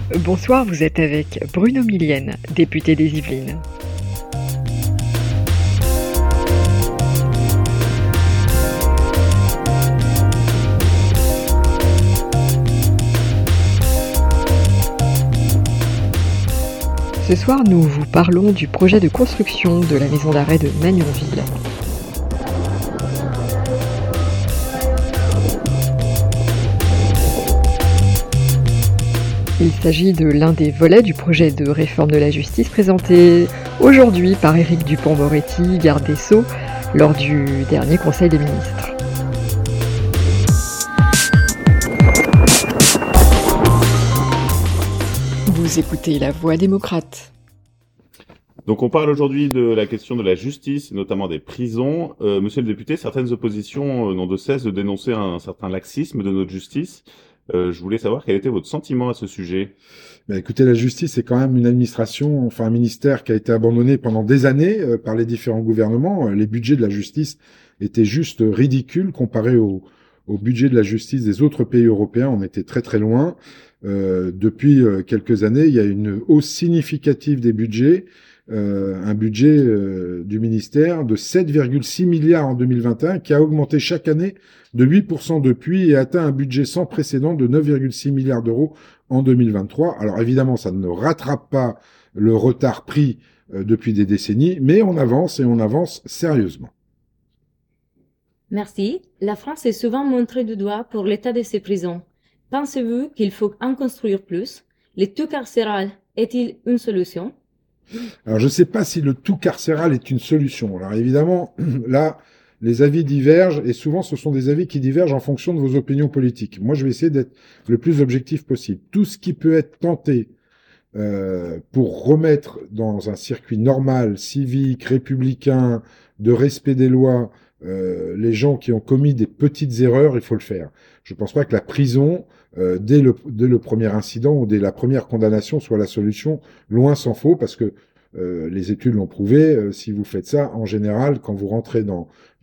Bonsoir, vous êtes avec Bruno Millienne, député des Yvelines. Ce soir, nous vous parlons du projet de construction de la maison d'arrêt de Magnanville. Il s'agit de l'un des volets du projet de réforme de la justice présenté aujourd'hui par Éric Dupond-Moretti, garde des Sceaux, lors du dernier Conseil des ministres. Vous écoutez La Voix démocrate. Donc on parle aujourd'hui de la question de la justice, et notamment des prisons. Monsieur le député, certaines oppositions n'ont de cesse de dénoncer un certain laxisme de notre justice. Je voulais savoir quel était votre sentiment à ce sujet. Écoutez, la justice, c'est quand même une administration, enfin un ministère qui a été abandonné pendant des années par les différents gouvernements. Les budgets de la justice étaient juste ridicules comparés au budget de la justice des autres pays européens. On était très très loin. Depuis quelques années, il y a une hausse significative des budgets. Un budget du ministère de 7,6 milliards en 2021 qui a augmenté chaque année de 8% depuis et atteint un budget sans précédent de 9,6 milliards d'euros en 2023. Alors évidemment, ça ne rattrape pas le retard pris depuis des décennies, mais on avance et on avance sérieusement. Merci. La France est souvent montrée du doigt pour l'état de ses prisons. Pensez-vous qu'il faut en construire plus? Le tout carcéral est-il une solution? Alors je ne sais pas si le tout carcéral est une solution. Alors évidemment, là, les avis divergent et souvent ce sont des avis qui divergent en fonction de vos opinions politiques. Moi, je vais essayer d'être le plus objectif possible. Tout ce qui peut être tenté pour remettre dans un circuit normal, civique, républicain, de respect des lois, les gens qui ont commis des petites erreurs, il faut le faire. Je ne pense pas que la prison, dès le premier incident ou dès la première condamnation, soit la solution, loin s'en faut, parce que les études l'ont prouvé, si vous faites ça, en général, quand vous rentrez dans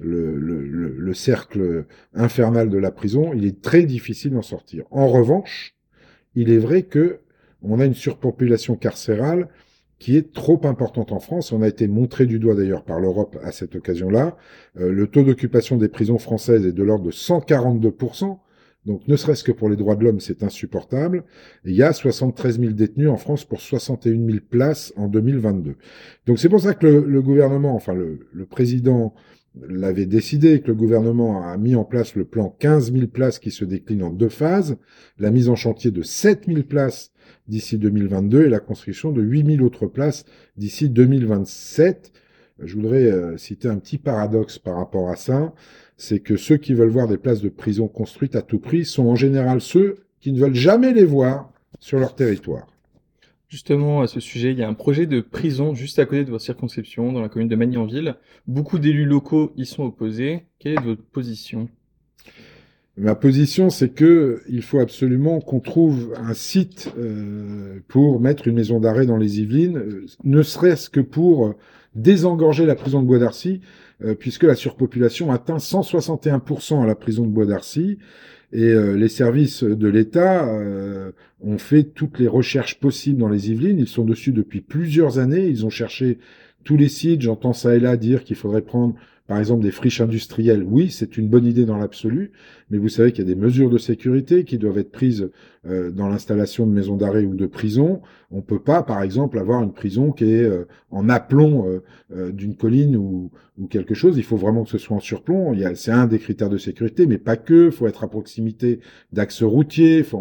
le cercle infernal de la prison, il est très difficile d'en sortir. En revanche, il est vrai que on a une surpopulation carcérale qui est trop importante en France. On a été montré du doigt d'ailleurs par l'Europe à cette occasion-là. Le taux d'occupation des prisons françaises est de l'ordre de 142%. Donc ne serait-ce que pour les droits de l'homme, c'est insupportable. Et il y a 73 000 détenus en France pour 61 000 places en 2022. Donc c'est pour ça que le gouvernement, enfin le président l'avait décidé, que le gouvernement a mis en place le plan 15 000 places qui se décline en 2 phases, la mise en chantier de 7 000 places d'ici 2022 et la construction de 8 000 autres places d'ici 2027. Je voudrais citer un petit paradoxe par rapport à ça, c'est que ceux qui veulent voir des places de prison construites à tout prix sont en général ceux qui ne veulent jamais les voir sur leur territoire. Justement, à ce sujet, il y a un projet de prison juste à côté de votre circonscription, dans la commune de Magnanville. Beaucoup d'élus locaux y sont opposés. Quelle est votre position? Ma position, c'est que il faut absolument qu'on trouve un site pour mettre une maison d'arrêt dans les Yvelines, ne serait-ce que pour désengorger la prison de Bois d'Arcy, puisque la surpopulation atteint 161% à la prison de Bois d'Arcy. Et les services de l'État ont fait toutes les recherches possibles dans les Yvelines. Ils sont dessus depuis plusieurs années. Ils ont cherché tous les sites. J'entends ça et là dire qu'il faudrait prendre, par exemple, des friches industrielles. Oui, c'est une bonne idée dans l'absolu, mais vous savez qu'il y a des mesures de sécurité qui doivent être prises dans l'installation de maisons d'arrêt ou de prisons. On peut pas, par exemple, avoir une prison qui est en aplomb d'une colline ou quelque chose. Il faut vraiment que ce soit en surplomb. C'est un des critères de sécurité, mais pas que. Il faut être à proximité d'axes routiers, il faut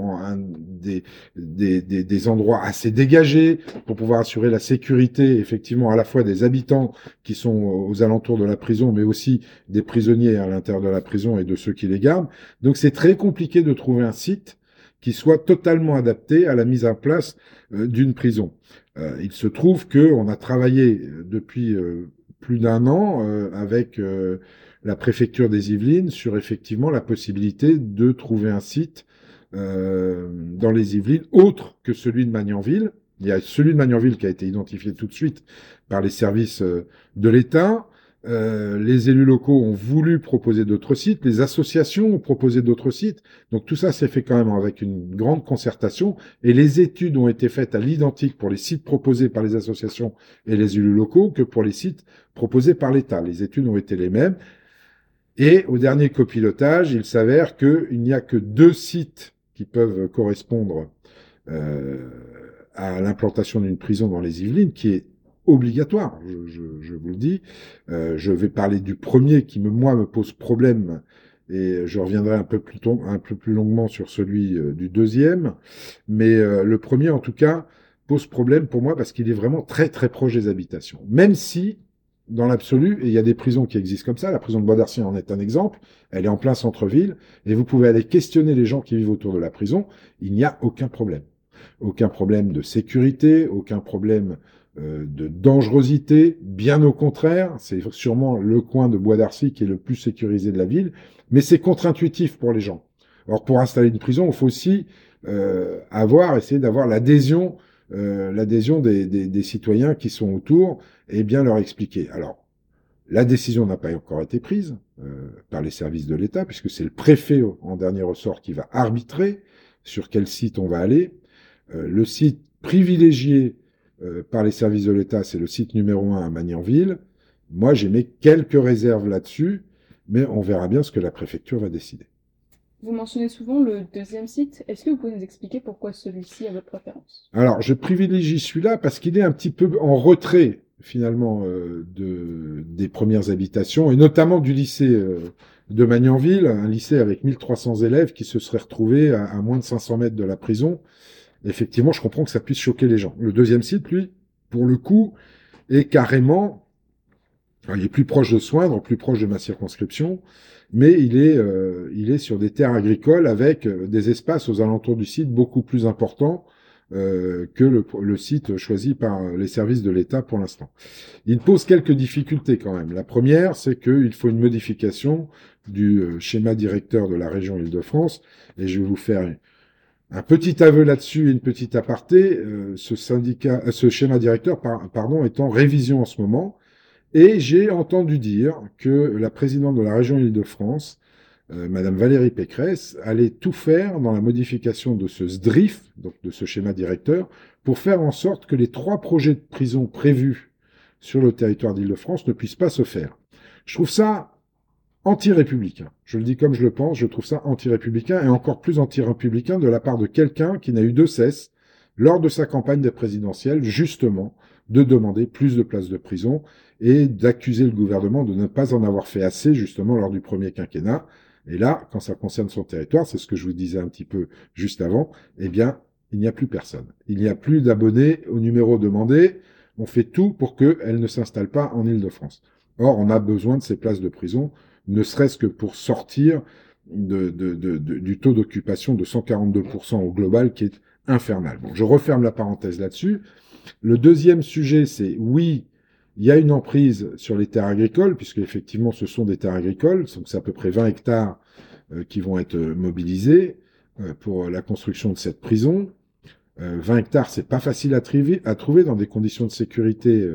des endroits assez dégagés pour pouvoir assurer la sécurité, effectivement, à la fois des habitants qui sont aux alentours de la prison, mais aussi des prisonniers à l'intérieur de la prison et de ceux qui les gardent. Donc c'est très compliqué de trouver un site qui soit totalement adapté à la mise en place d'une prison. Il se trouve qu'on a travaillé depuis plus d'un an avec la préfecture des Yvelines sur effectivement la possibilité de trouver un site dans les Yvelines autre que celui de Magnanville. Il y a celui de Magnanville qui a été identifié tout de suite par les services de l'État. Les élus locaux ont voulu proposer d'autres sites, les associations ont proposé d'autres sites. Donc tout ça s'est fait quand même avec une grande concertation et les études ont été faites à l'identique pour les sites proposés par les associations et les élus locaux que pour les sites proposés par l'État. Les études ont été les mêmes. Et au dernier copilotage, il s'avère qu'il n'y a que 2 sites qui peuvent correspondre à l'implantation d'une prison dans les Yvelines, qui est obligatoire, je vous le dis. Je vais parler du premier qui, moi, me pose problème, et je reviendrai un peu plus longuement sur celui du deuxième. Mais le premier, en tout cas, pose problème pour moi parce qu'il est vraiment très, très proche des habitations. Même si, dans l'absolu, et il y a des prisons qui existent comme ça, la prison de Bois d'Arcy en est un exemple, elle est en plein centre-ville, et vous pouvez aller questionner les gens qui vivent autour de la prison, il n'y a aucun problème. Aucun problème de sécurité, aucun problème de dangerosité, bien au contraire, c'est sûrement le coin de Bois d'Arcy qui est le plus sécurisé de la ville, mais c'est contre-intuitif pour les gens. Alors pour installer une prison, il faut aussi essayer d'avoir l'adhésion des citoyens qui sont autour et bien leur expliquer. Alors, la décision n'a pas encore été prise par les services de l'État, puisque c'est le préfet en dernier ressort qui va arbitrer sur quel site on va aller. Le site privilégié par les services de l'État, c'est le site numéro 1 à Magnanville. Moi, j'ai mis quelques réserves là-dessus, mais on verra bien ce que la préfecture va décider. Vous mentionnez souvent le deuxième site. Est-ce que vous pouvez nous expliquer pourquoi celui-ci a votre préférence? Alors, je privilégie celui-là parce qu'il est un petit peu en retrait, finalement, des premières habitations, et notamment du lycée de Magnanville, un lycée avec 1300 élèves qui se seraient retrouvés à moins de 500 mètres de la prison. Effectivement, je comprends que ça puisse choquer les gens. Le deuxième site, lui, pour le coup, est carrément... il est plus proche de Soindre, plus proche de ma circonscription, mais il est sur des terres agricoles avec des espaces aux alentours du site beaucoup plus importants que le site choisi par les services de l'État pour l'instant. Il pose quelques difficultés quand même. La première, c'est qu'il faut une modification du schéma directeur de la région Île-de-France, et je vais vous faire un petit aveu là-dessus et une petite aparté. Ce schéma directeur, est en révision en ce moment. Et j'ai entendu dire que la présidente de la région Île-de-France, Madame Valérie Pécresse, allait tout faire dans la modification de ce SDRIF, donc de ce schéma directeur, pour faire en sorte que les 3 projets de prison prévus sur le territoire d'Île-de-France ne puissent pas se faire. Je trouve ça anti-républicain. Je le dis comme je le pense, je trouve ça anti-républicain et encore plus anti-républicain de la part de quelqu'un qui n'a eu de cesse, lors de sa campagne des présidentielles, justement, de demander plus de places de prison et d'accuser le gouvernement de ne pas en avoir fait assez, justement, lors du premier quinquennat. Et là, quand ça concerne son territoire, c'est ce que je vous disais un petit peu juste avant, eh bien, il n'y a plus personne. Il n'y a plus d'abonnés au numéro demandé. On fait tout pour qu'elle ne s'installe pas en Île-de-France. Or, on a besoin de ces places de prison, ne serait-ce que pour sortir du taux d'occupation de 142% au global, qui est infernal. Bon, je referme la parenthèse là-dessus. Le deuxième sujet, c'est oui, il y a une emprise sur les terres agricoles, puisque effectivement ce sont des terres agricoles, donc c'est à peu près 20 hectares qui vont être mobilisés pour la construction de cette prison. 20 hectares, c'est pas facile à trouver dans des conditions de sécurité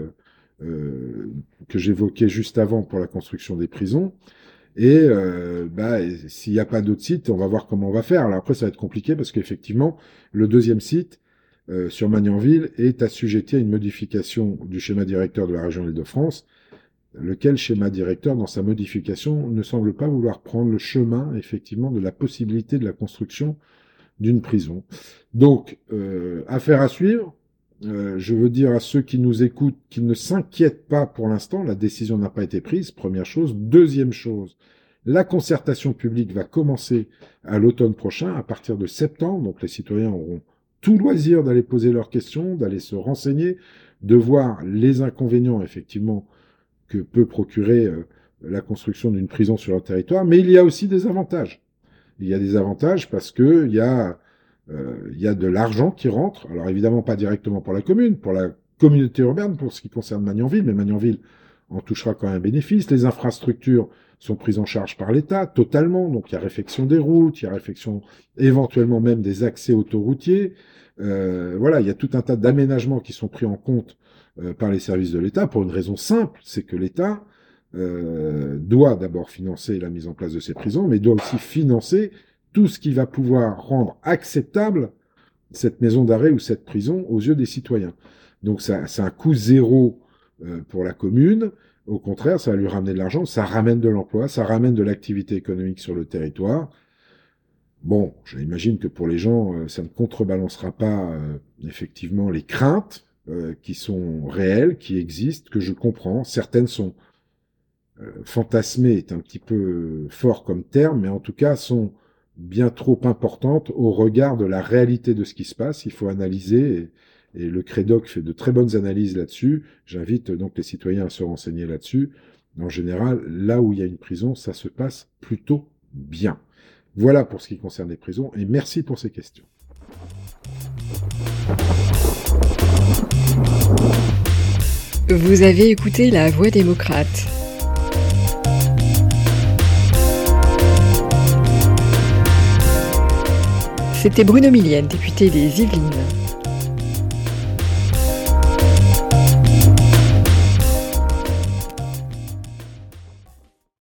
que j'évoquais juste avant pour la construction des prisons. Et s'il n'y a pas d'autres sites, on va voir comment on va faire. Alors après, ça va être compliqué parce qu'effectivement, le deuxième site sur Magnanville est assujetti à une modification du schéma directeur de la région Île-de-France, lequel schéma directeur, dans sa modification, ne semble pas vouloir prendre le chemin, effectivement, de la possibilité de la construction d'une prison. Donc, affaire à suivre. Je veux dire à ceux qui nous écoutent qu'ils ne s'inquiètent pas pour l'instant, la décision n'a pas été prise, première chose. Deuxième chose, la concertation publique va commencer à l'automne prochain, à partir de septembre, donc les citoyens auront tout loisir d'aller poser leurs questions, d'aller se renseigner, de voir les inconvénients, effectivement, que peut procurer la construction d'une prison sur leur territoire, mais il y a aussi des avantages. Il y a des avantages parce que il y a de l'argent qui rentre, alors évidemment pas directement pour la commune, pour la communauté urbaine, pour ce qui concerne Magnanville, mais Magnanville en touchera quand même un bénéfice. Les infrastructures sont prises en charge par l'État, totalement, donc il y a réfection des routes, il y a réfection éventuellement même des accès autoroutiers, voilà, il y a tout un tas d'aménagements qui sont pris en compte par les services de l'État, pour une raison simple, c'est que l'État doit d'abord financer la mise en place de ces prisons, mais doit aussi financer tout ce qui va pouvoir rendre acceptable cette maison d'arrêt ou cette prison aux yeux des citoyens. Donc c'est un coût zéro pour la commune. Au contraire, ça va lui ramener de l'argent, ça ramène de l'emploi, ça ramène de l'activité économique sur le territoire. Bon, j'imagine que pour les gens, ça ne contrebalancera pas effectivement les craintes qui sont réelles, qui existent, que je comprends. Certaines sont fantasmées, est un petit peu fort comme terme, mais en tout cas sont bien trop importantes au regard de la réalité de ce qui se passe. Il faut analyser, et le Crédoc fait de très bonnes analyses là-dessus. J'invite donc les citoyens à se renseigner là-dessus. En général, là où il y a une prison, ça se passe plutôt bien. Voilà pour ce qui concerne les prisons, et merci pour ces questions. Vous avez écouté La Voix démocrate. C'était Bruno Millienne, député des Yvelines.